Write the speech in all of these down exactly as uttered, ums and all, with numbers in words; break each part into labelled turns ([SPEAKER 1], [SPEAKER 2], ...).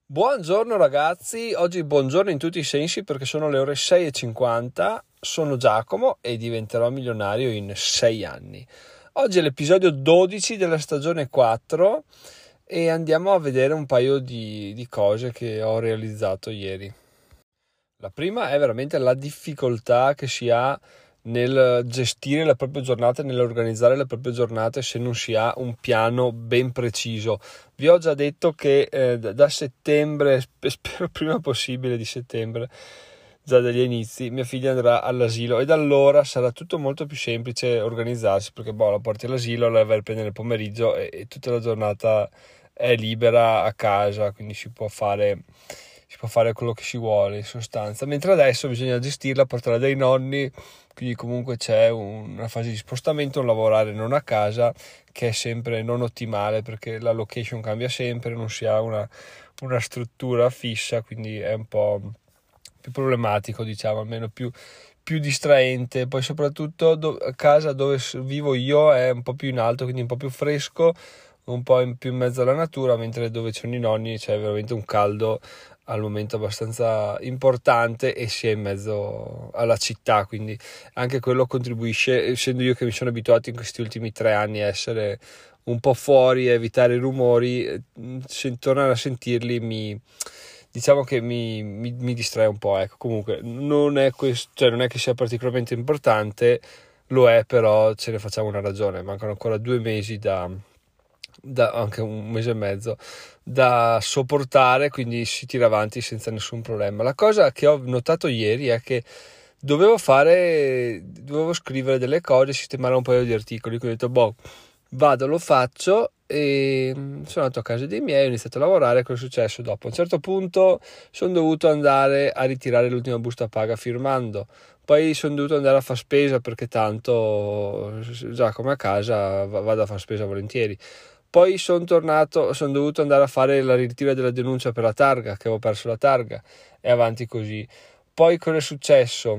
[SPEAKER 1] Buongiorno ragazzi, oggi buongiorno in tutti i sensi perché sono le ore sei e cinquanta, sono Giacomo e diventerò milionario in sei anni. Oggi è l'episodio dodici della stagione quattro e andiamo a vedere un paio di, di cose che ho realizzato ieri. La prima è veramente la difficoltà che si ha nel gestire la propria giornata e nell'organizzare le proprie giornate se non si ha un piano ben preciso. Vi ho già detto che eh, da settembre, spero prima possibile di settembre, già dagli inizi, mia figlia andrà all'asilo e da allora sarà tutto molto più semplice organizzarsi perché boh, la porti all'asilo, la vai a prendere nel pomeriggio e, e tutta la giornata è libera a casa, quindi si può fare si può fare quello che si vuole in sostanza, mentre adesso bisogna gestirla, portarla dai nonni, quindi comunque c'è una fase di spostamento, un lavorare non a casa che è sempre non ottimale perché la location cambia sempre, non si ha una, una struttura fissa, quindi è un po' più problematico, diciamo, almeno più, più distraente. Poi soprattutto do, a casa dove vivo io è un po' più in alto, quindi un po' più fresco, un po' in, più in mezzo alla natura, mentre dove c'erano i nonni c'è veramente un caldo al momento abbastanza importante e si è in mezzo alla città, quindi anche quello contribuisce, essendo io che mi sono abituato in questi ultimi tre anni a essere un po' fuori, a evitare i rumori, se tornare a sentirli mi diciamo che mi, mi, mi distrae un po', ecco. Comunque non è questo, cioè non è che sia particolarmente importante, lo è, però ce ne facciamo una ragione, mancano ancora due mesi da Da, anche un mese e mezzo da sopportare, quindi si tira avanti senza nessun problema. La cosa che ho notato ieri è che dovevo fare dovevo scrivere delle cose, sistemare un paio di articoli, quindi ho detto boh, vado, lo faccio e sono andato a casa dei miei, ho iniziato a lavorare. Cosa è successo dopo? A un certo punto sono dovuto andare a ritirare l'ultima busta paga firmando, poi sono dovuto andare a fare spesa perché tanto già come a casa vado a fare spesa volentieri. Poi sono tornato, sono dovuto andare a fare la ritiro della denuncia per la targa, che avevo perso la targa, e avanti così. Poi cosa è successo?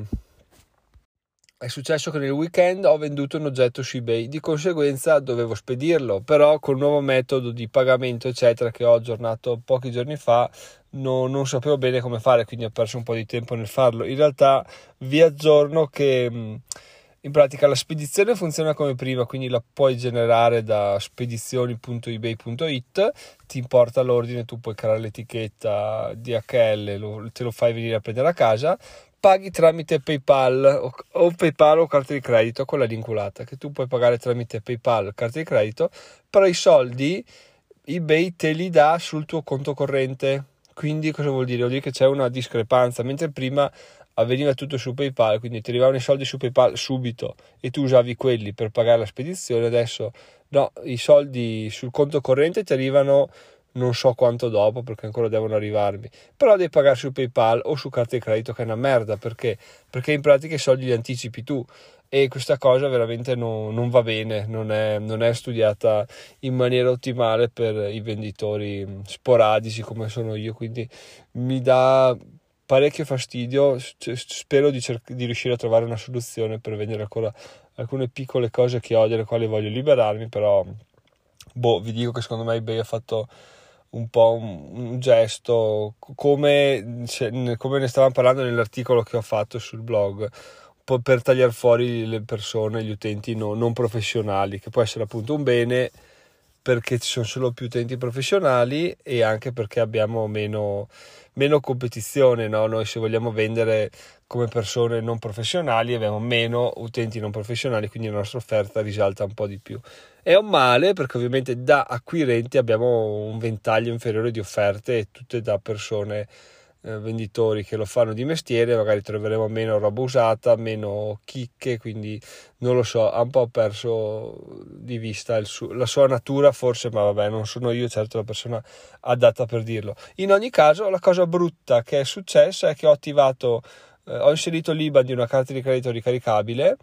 [SPEAKER 1] È successo che nel weekend ho venduto un oggetto su eBay, di conseguenza dovevo spedirlo, però col nuovo metodo di pagamento eccetera che ho aggiornato pochi giorni fa no, non sapevo bene come fare, quindi ho perso un po' di tempo nel farlo. In realtà vi aggiorno che mh, in pratica la spedizione funziona come prima, quindi la puoi generare da spedizioni punto ebay punto it, ti importa l'ordine, tu puoi creare l'etichetta D H L, lo, te lo fai venire a prendere a casa, paghi tramite PayPal o, o PayPal o carta di credito con la vinculata, che tu puoi pagare tramite PayPal o carta di credito, però i soldi eBay te li dà sul tuo conto corrente. Quindi cosa vuol dire? Vuol dire che c'è una discrepanza, mentre prima avveniva tutto su PayPal, quindi ti arrivavano i soldi su PayPal subito e tu usavi quelli per pagare la spedizione. Adesso no, i soldi sul conto corrente ti arrivano non so quanto dopo perché ancora devono arrivarmi, però devi pagare su PayPal o su carta di credito, che è una merda, perché perché in pratica i soldi li anticipi tu e questa cosa veramente no, non va bene, non è, non è studiata in maniera ottimale per i venditori sporadici come sono io, quindi mi dà parecchio fastidio. Spero di, cer- di riuscire a trovare una soluzione per vendere ancora alcune piccole cose che ho, delle quali voglio liberarmi, però boh, vi dico che secondo me eBay ha fatto un po' un, un gesto come, come ne stavamo parlando nell'articolo che ho fatto sul blog, per tagliare fuori le persone, gli utenti no, non professionali, che può essere appunto un bene perché ci sono solo più utenti professionali e anche perché abbiamo meno, meno competizione, no? Noi se vogliamo vendere come persone non professionali abbiamo meno utenti non professionali, quindi la nostra offerta risalta un po' di più. È un male perché ovviamente da acquirenti abbiamo un ventaglio inferiore di offerte e tutte da persone eh, venditori che lo fanno di mestiere, magari troveremo meno roba usata, meno chicche, quindi non lo so, ha un po' perso di vista il su- la sua natura forse, ma vabbè, non sono io certo la persona adatta per dirlo. In ogni caso la cosa brutta che è successa è che ho attivato eh, ho inserito l'I B A N di una carta di credito ricaricabile,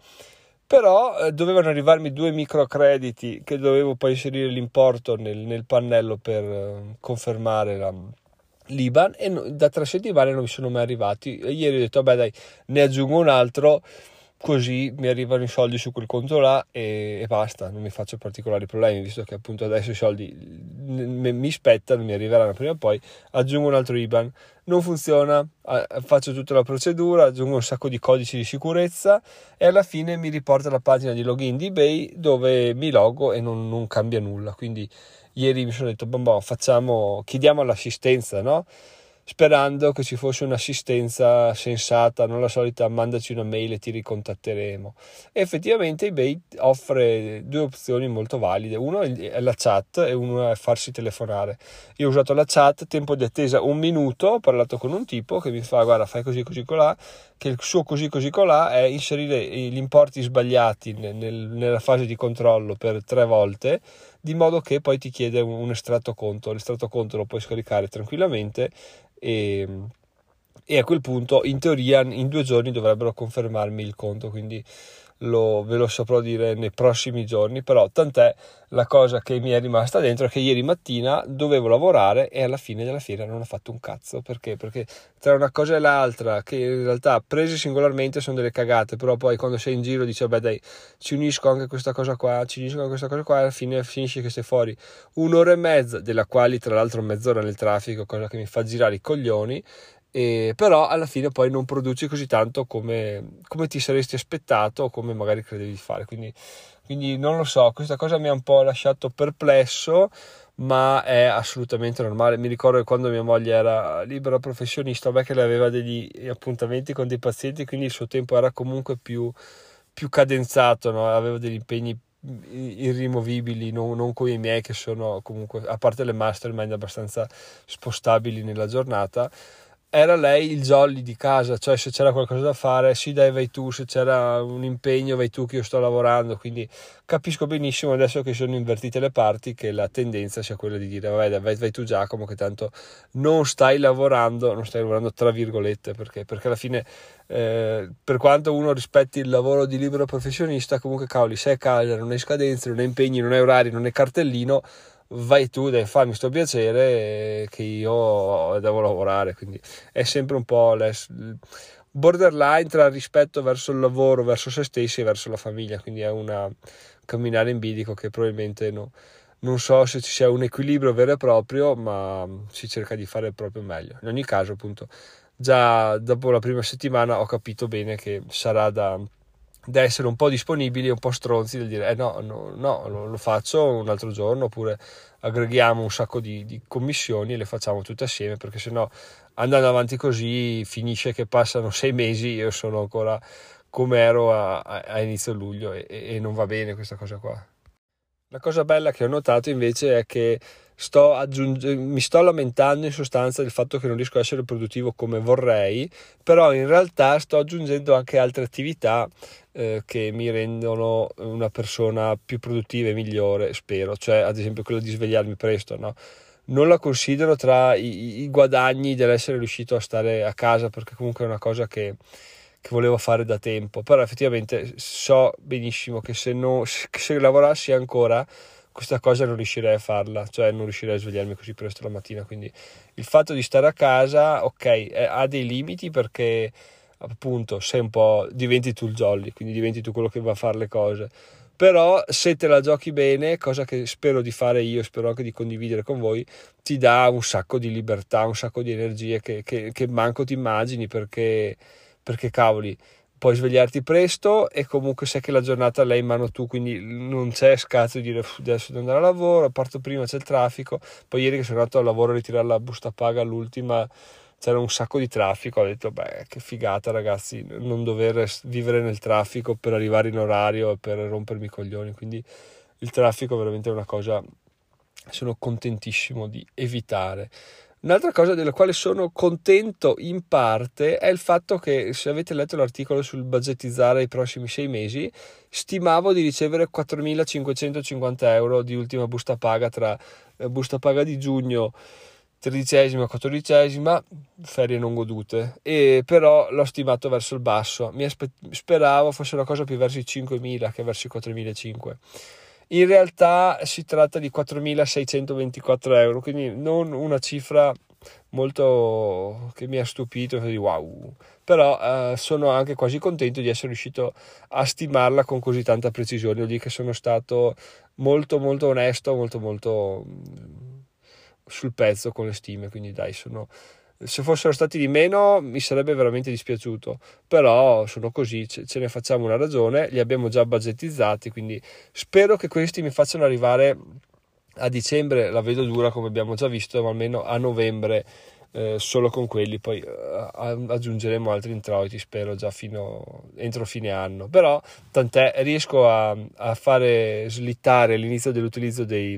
[SPEAKER 1] però eh, dovevano arrivarmi due microcrediti che dovevo poi inserire l'importo nel, nel pannello per eh, confermare la l'I B A N e no, da tre settimane non mi sono mai arrivati e ieri ho detto vabbè dai, ne aggiungo un altro così mi arrivano i soldi su quel conto là e, e basta, non mi faccio particolari problemi, visto che appunto adesso i soldi m- mi spettano, mi arriveranno prima o poi. Aggiungo un altro I B A N, non funziona, faccio tutta la procedura, aggiungo un sacco di codici di sicurezza e alla fine mi riporta la pagina di login di eBay dove mi logo e non, non cambia nulla. Quindi ieri mi sono detto, bon, bon, facciamo, chiediamo all'assistenza, no? Sperando che ci fosse un'assistenza sensata, non la solita mandaci una mail e ti ricontatteremo. E effettivamente eBay offre due opzioni molto valide, uno è la chat e uno è farsi telefonare. Io ho usato la chat, tempo di attesa un minuto, ho parlato con un tipo che mi fa guarda fai così così colà, che il suo così così colà è inserire gli importi sbagliati nel, nella fase di controllo per tre volte, di modo che poi ti chiede un, un estratto conto. L'estratto conto lo puoi scaricare tranquillamente e, e a quel punto in teoria in due giorni dovrebbero confermarmi il conto, quindi lo, ve lo saprò dire nei prossimi giorni. Però tant'è, la cosa che mi è rimasta dentro è che ieri mattina dovevo lavorare e alla fine della fiera non ho fatto un cazzo. Perché? Perché tra una cosa e l'altra, che in realtà prese singolarmente sono delle cagate, però poi quando sei in giro dici vabbè dai, ci unisco anche questa cosa qua, ci unisco anche questa cosa qua, e alla fine finisce che sei fuori un'ora e mezza, della quale tra l'altro mezz'ora nel traffico, cosa che mi fa girare i coglioni. E però alla fine poi non produci così tanto come, come ti saresti aspettato o come magari credevi di fare, quindi, quindi non lo so, questa cosa mi ha un po' lasciato perplesso, ma è assolutamente normale. Mi ricordo che quando mia moglie era libera professionista, beh, che lei aveva degli appuntamenti con dei pazienti, quindi il suo tempo era comunque più, più cadenzato, no? Aveva degli impegni irrimovibili, non, non come i miei che sono comunque, a parte le mastermind, abbastanza spostabili nella giornata. Era lei il jolly di casa, cioè se c'era qualcosa da fare, sì dai vai tu, se c'era un impegno vai tu che io sto lavorando. Quindi capisco benissimo adesso che sono invertite le parti che la tendenza sia quella di dire vabbè vai, vai tu Giacomo che tanto non stai lavorando, non stai lavorando tra virgolette, perché, perché alla fine eh, per quanto uno rispetti il lavoro di libero professionista, comunque cavoli, se è casa, non hai scadenze, non hai impegni, non hai orari, non hai cartellino, vai tu, devi farmi sto piacere che io devo lavorare. Quindi è sempre un po' borderline tra il rispetto verso il lavoro, verso se stessi e verso la famiglia, quindi è una camminare in bilico che probabilmente no, non so se ci sia un equilibrio vero e proprio, ma si cerca di fare il proprio meglio. In ogni caso appunto già dopo la prima settimana ho capito bene che sarà da da essere un po' disponibili, un po' stronzi del dire eh no, no, no lo, lo faccio un altro giorno, oppure aggreghiamo un sacco di, di commissioni e le facciamo tutte assieme, perché sennò andando avanti così finisce che passano sei mesi, io sono ancora come ero a, a, a inizio luglio e, e non va bene questa cosa qua. La cosa bella che ho notato invece è che sto aggiunge- mi sto lamentando in sostanza del fatto che non riesco a essere produttivo come vorrei, però in realtà sto aggiungendo anche altre attività eh, che mi rendono una persona più produttiva e migliore, spero, cioè ad esempio quello di svegliarmi presto, no? Non la considero tra i, i guadagni dell'essere riuscito a stare a casa, perché comunque è una cosa che che volevo fare da tempo, però effettivamente so benissimo che se, non, se lavorassi ancora questa cosa non riuscirei a farla, cioè non riuscirei a svegliarmi così presto la mattina. Quindi il fatto di stare a casa, ok, è, ha dei limiti, perché appunto sei un po', diventi tu il jolly, quindi diventi tu quello che va a fare le cose. Però se te la giochi bene, cosa che spero di fare io, spero anche di condividere con voi, ti dà un sacco di libertà, un sacco di energie che, che, che manco ti immagini, perché perché cavoli, puoi svegliarti presto e comunque sai che la giornata l'hai in mano tu, quindi non c'è scazzo di dire adesso devo andare a lavoro, parto prima, c'è il traffico. Poi ieri che sono andato al lavoro a ritirare la busta paga all'ultima, c'era un sacco di traffico, ho detto beh che figata ragazzi, non dover vivere nel traffico per arrivare in orario e per rompermi i coglioni. Quindi il traffico è veramente una cosa sono contentissimo di evitare. Un'altra cosa della quale sono contento in parte è il fatto che, se avete letto l'articolo sul budgetizzare i prossimi sei mesi, stimavo di ricevere quattromilacinquecentocinquanta euro di ultima busta paga, tra eh, busta paga di giugno tredicesima, quattordicesima, ferie non godute, e però l'ho stimato verso il basso. Mi aspe- speravo fosse una cosa più verso i cinquemila che verso i quattromilacinquecento. In realtà si tratta di quattromilaseicentoventiquattro euro, quindi non una cifra molto che mi ha stupito, di wow. Però eh, sono anche quasi contento di essere riuscito a stimarla con così tanta precisione. Vuol dire che sono stato molto molto onesto, molto molto sul pezzo con le stime, quindi dai, sono... se fossero stati di meno mi sarebbe veramente dispiaciuto, però sono così, ce, ce ne facciamo una ragione, li abbiamo già budgetizzati, quindi spero che questi mi facciano arrivare a dicembre. La vedo dura, come abbiamo già visto, ma almeno a novembre eh, solo con quelli, poi eh, aggiungeremo altri introiti, spero già fino entro fine anno, però tant'è, riesco a, a fare slittare l'inizio dell'utilizzo dei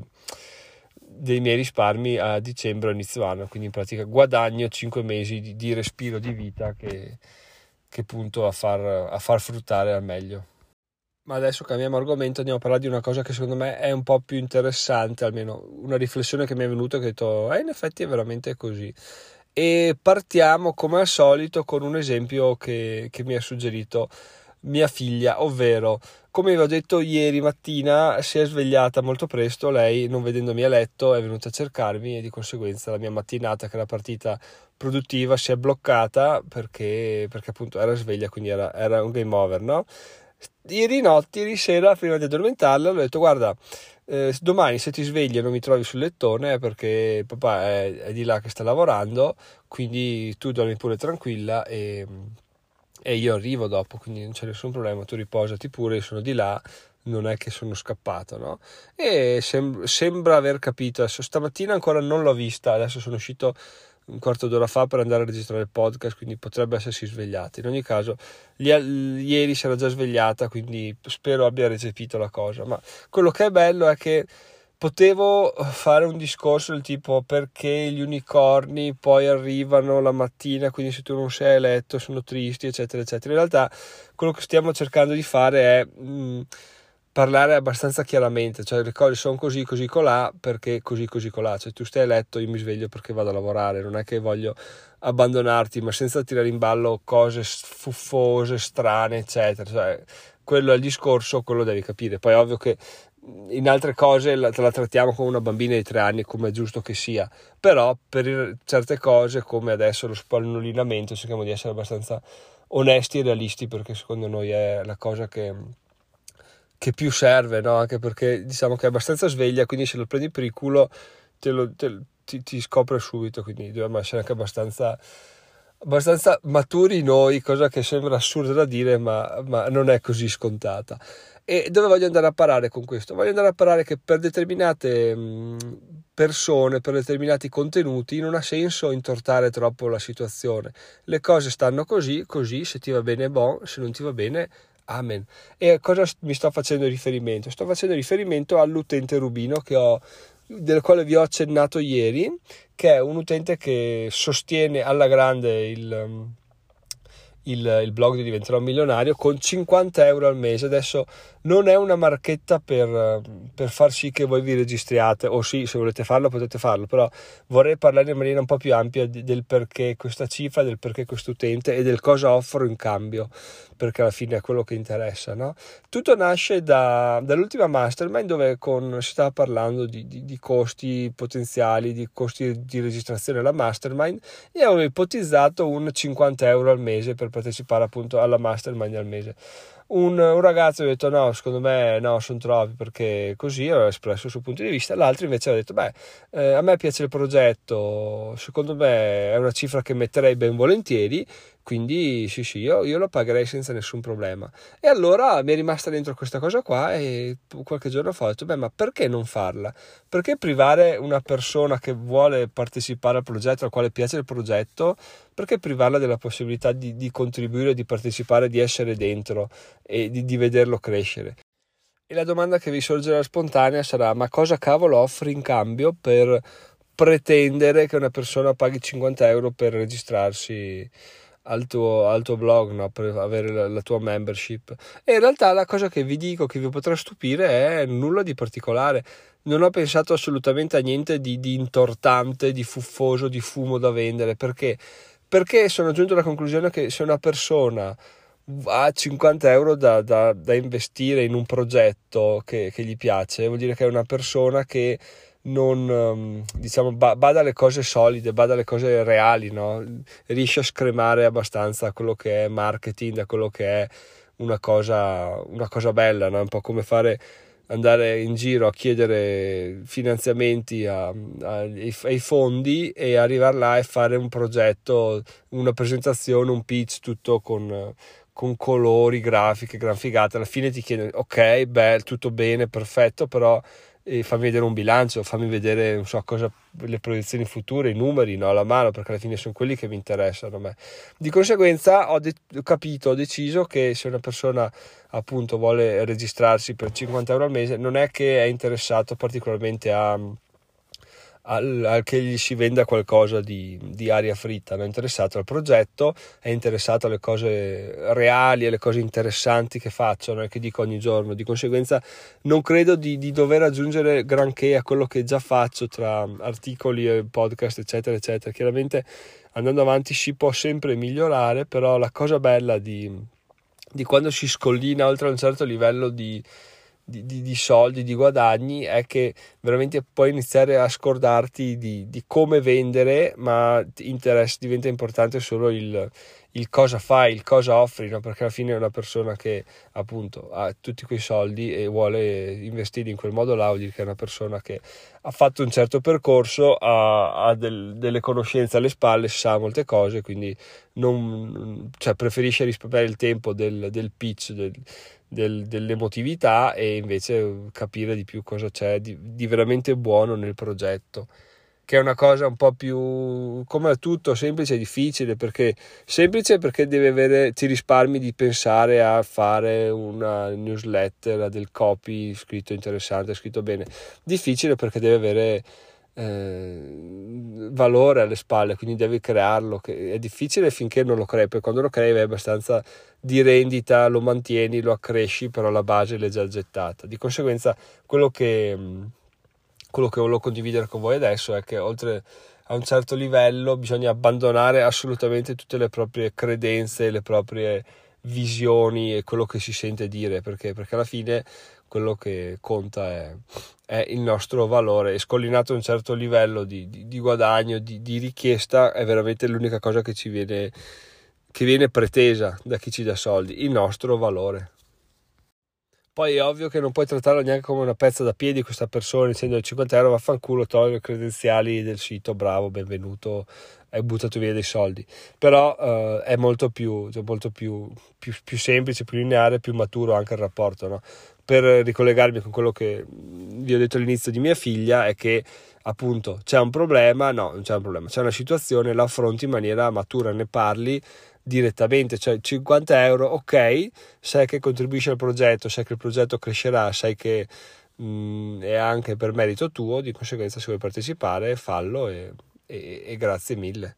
[SPEAKER 1] dei miei risparmi a dicembre, inizio anno, quindi in pratica guadagno cinque mesi di, di respiro di vita che, che punto a far, a far fruttare al meglio. Ma adesso cambiamo argomento, andiamo a parlare di una cosa che secondo me è un po' più interessante, almeno una riflessione che mi è venuta, che ho detto eh, in effetti è veramente così. E partiamo come al solito con un esempio che, che mi ha suggerito mia figlia, ovvero, come vi ho detto ieri mattina, si è svegliata molto presto, lei non vedendomi a letto è venuta a cercarmi e di conseguenza la mia mattinata, che era partita produttiva, si è bloccata perché, perché appunto era sveglia, quindi era, era un game over, no? Ieri notte, ieri sera, prima di addormentarla, le ho detto guarda, eh, domani se ti svegli e non mi trovi sul lettone è perché papà è, è di là che sta lavorando, quindi tu dormi pure tranquilla e... e io arrivo dopo, quindi non c'è nessun problema, tu riposati pure, io sono di là, non è che sono scappato, no? E sem- sembra aver capito. Adesso stamattina ancora non l'ho vista, adesso sono uscito un quarto d'ora fa per andare a registrare il podcast, quindi potrebbe essersi svegliata. In ogni caso, gli, ieri si era già svegliata, quindi spero abbia recepito la cosa, ma quello che è bello è che potevo fare un discorso del tipo perché gli unicorni poi arrivano la mattina, quindi se tu non sei a letto sono tristi, eccetera eccetera. In realtà quello che stiamo cercando di fare è mh, parlare abbastanza chiaramente, cioè le cose sono così così colà perché così così colà, cioè tu stai a letto, io mi sveglio perché vado a lavorare, non è che voglio abbandonarti, ma senza tirare in ballo cose fuffose, strane, eccetera. Cioè, quello è il discorso, quello devi capire. Poi è ovvio che in altre cose la, la trattiamo come una bambina di tre anni, come è giusto che sia, però per certe cose come adesso lo spallulinamento cerchiamo di essere abbastanza onesti e realisti, perché secondo noi è la cosa che, che più serve, no? Anche perché diciamo che è abbastanza sveglia, quindi se lo prendi per il culo te lo, te, ti, ti scopre subito, quindi dobbiamo essere anche abbastanza abbastanza maturi noi, cosa che sembra assurda da dire, ma, ma non è così scontata. E dove voglio andare a parare con questo? Voglio andare a parare che per determinate mh, persone, per determinati contenuti, non ha senso intortare troppo la situazione. Le cose stanno così, così, se ti va bene, buon, se non ti va bene, amen. E a cosa mi sto facendo riferimento? Sto facendo riferimento all'utente Rubino che ho, del quale vi ho accennato ieri, che è un utente che sostiene alla grande il... Il, il blog di Diventerò Milionario con cinquanta euro al mese. Adesso non è una marchetta per, per far sì che voi vi registriate, o sì, se volete farlo potete farlo, però vorrei parlare in maniera un po' più ampia di, del perché questa cifra, del perché questo utente e del cosa offro in cambio, perché alla fine è quello che interessa, no? Tutto nasce da, dall'ultima mastermind dove con, si stava parlando di, di, di costi potenziali, di costi di registrazione alla mastermind, e avevo ipotizzato un cinquanta euro al mese per partecipare appunto alla mastermind al mese. Un, un ragazzo ha detto no, secondo me no, sono troppi, perché così aveva espresso il suo punto di vista. L'altro invece ha detto beh, eh, a me piace il progetto, secondo me è una cifra che metterei ben volentieri, quindi sì sì, io, io lo pagherei senza nessun problema. E allora mi è rimasta dentro questa cosa qua e qualche giorno fa ho detto beh, ma perché non farla? Perché privare una persona che vuole partecipare al progetto, al quale piace il progetto, perché privarla della possibilità di, di contribuire, di partecipare, di essere dentro e di, di vederlo crescere? E la domanda che vi sorgerà spontanea sarà ma cosa cavolo offri in cambio per pretendere che una persona paghi cinquanta euro per registrarsi al tuo, al tuo blog, no? Per avere la, la tua membership? E in realtà la cosa che vi dico, che vi potrà stupire, è nulla di particolare. Non ho pensato assolutamente a niente di, di importante, di fuffoso, di fumo da vendere. Perché? Perché sono giunto alla conclusione che se una persona ha cinquanta euro da, da, da investire in un progetto che, che gli piace, vuol dire che è una persona che non diciamo bada alle cose solide, bada alle cose reali, no? Riesce a scremare abbastanza quello che è marketing da quello che è una cosa, una cosa bella, no? Un po' come fare andare in giro a chiedere finanziamenti a, a, ai, ai fondi e arrivare là e fare un progetto, una presentazione, un pitch tutto con, con colori, grafiche, gran figate. Alla fine ti chiedono ok, beh, tutto bene, perfetto, però eh, fammi vedere un bilancio, fammi vedere non so cosa, le proiezioni future, i numeri, no, alla mano, perché alla fine sono quelli che mi interessano a me. Di conseguenza ho, de- ho capito, ho deciso che se una persona appunto vuole registrarsi per cinquanta euro al mese, non è che è interessato particolarmente a, al, al che gli si venda qualcosa di, di aria fritta, non è interessato al progetto, è interessato alle cose reali, alle cose interessanti che facciano e che dico ogni giorno. Di conseguenza non credo di, di dover aggiungere granché a quello che già faccio tra articoli e podcast eccetera eccetera. Chiaramente andando avanti si può sempre migliorare, però la cosa bella di di quando si scollina oltre a un certo livello di, di, di, di soldi, di guadagni, è che veramente puoi iniziare a scordarti di, di come vendere, ma interessa, diventa importante solo il, il cosa fai, il cosa offri, no? Perché alla fine è una persona che appunto ha tutti quei soldi e vuole investire in quel modo là, vuol dire che è una persona che ha fatto un certo percorso, ha, ha del, delle conoscenze alle spalle, sa molte cose, quindi non, cioè preferisce risparmiare il tempo del, del pitch, del, del, dell'emotività, e invece capire di più cosa c'è di, di veramente buono nel progetto, che è una cosa un po' più, come tutto, semplice e difficile. Perché semplice perché devi avere, ti risparmi di pensare a fare una newsletter, del copy scritto interessante, scritto bene. Difficile perché devi avere eh, valore alle spalle, quindi devi crearlo, che è difficile finché non lo crei, poi quando lo crei vai abbastanza di rendita, lo mantieni, lo accresci, però la base l'è già gettata. Di conseguenza quello che quello che volevo condividere con voi adesso è che oltre a un certo livello bisogna abbandonare assolutamente tutte le proprie credenze, le proprie visioni e quello che si sente dire, perché, perché alla fine quello che conta è, è il nostro valore, e scollinato a un certo livello di, di, di guadagno, di, di richiesta, è veramente l'unica cosa che ci viene, che viene pretesa da chi ci dà soldi, il nostro valore. Poi è ovvio che non puoi trattarlo neanche come una pezza da piedi questa persona dicendo cinquanta euro vaffanculo, togli le credenziali del sito, bravo, benvenuto, hai buttato via dei soldi. Però eh, è molto più, cioè molto più, più, più semplice, più lineare, più maturo anche il rapporto, no? Per ricollegarmi con quello che vi ho detto all'inizio di mia figlia, è che appunto c'è un problema, no, non c'è un problema, c'è una situazione, la affronti in maniera matura, ne parli direttamente, cioè cinquanta euro, ok, sai che contribuisce al progetto, sai che il progetto crescerà, sai che mh, è anche per merito tuo, di conseguenza se vuoi partecipare fallo, e, e, e grazie mille.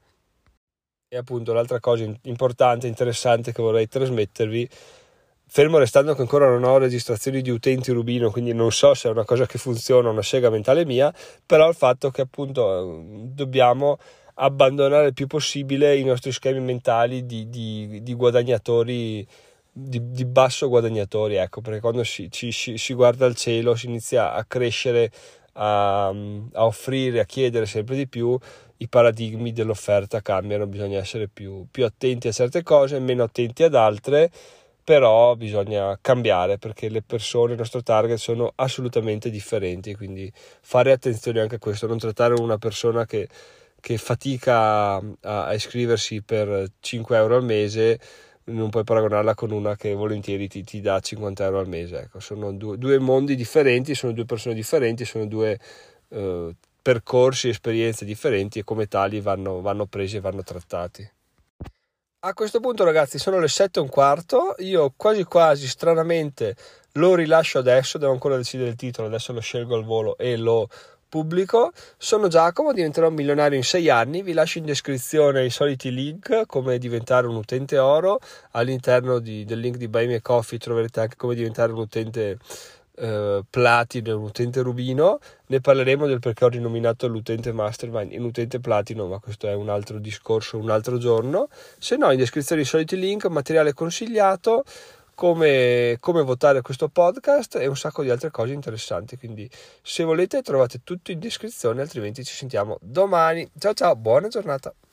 [SPEAKER 1] E appunto l'altra cosa importante, interessante che vorrei trasmettervi, fermo restando che ancora non ho registrazioni di utenti Rubino, quindi non so se è una cosa che funziona, una sega mentale mia, però il fatto che appunto dobbiamo abbandonare il più possibile i nostri schemi mentali di, di, di guadagnatori, di, di basso guadagnatori, ecco, perché quando si, ci, si, si guarda al cielo, si inizia a crescere, a, a offrire, a chiedere sempre di più, i paradigmi dell'offerta cambiano, bisogna essere più, più attenti a certe cose, meno attenti ad altre, però bisogna cambiare perché le persone, il nostro target, sono assolutamente differenti, quindi fare attenzione anche a questo, non trattare una persona che che fatica a, a iscriversi per cinque euro al mese, non puoi paragonarla con una che volentieri ti, ti dà cinquanta euro al mese, ecco. Sono due, due mondi differenti, sono due persone differenti, sono due eh, percorsi, esperienze differenti, e come tali vanno, vanno presi e vanno trattati. A questo punto, ragazzi, sono le sette e un quarto, io quasi quasi stranamente lo rilascio adesso, devo ancora decidere il titolo, adesso lo scelgo al volo e lo pubblico. Sono Giacomo, diventerò milionario in sei anni, vi lascio in descrizione i soliti link, come diventare un utente oro, all'interno di, del link di Buy Me Coffee troverete anche come diventare un utente eh, platino e un utente rubino. Ne parleremo del perché ho rinominato l'utente mastermind in utente platino, ma questo è un altro discorso, un altro giorno. Se no, in descrizione i soliti link, materiale consigliato, come, come votare questo podcast e un sacco di altre cose interessanti. Quindi se volete trovate tutto in descrizione, altrimenti ci sentiamo domani. Ciao ciao, buona giornata.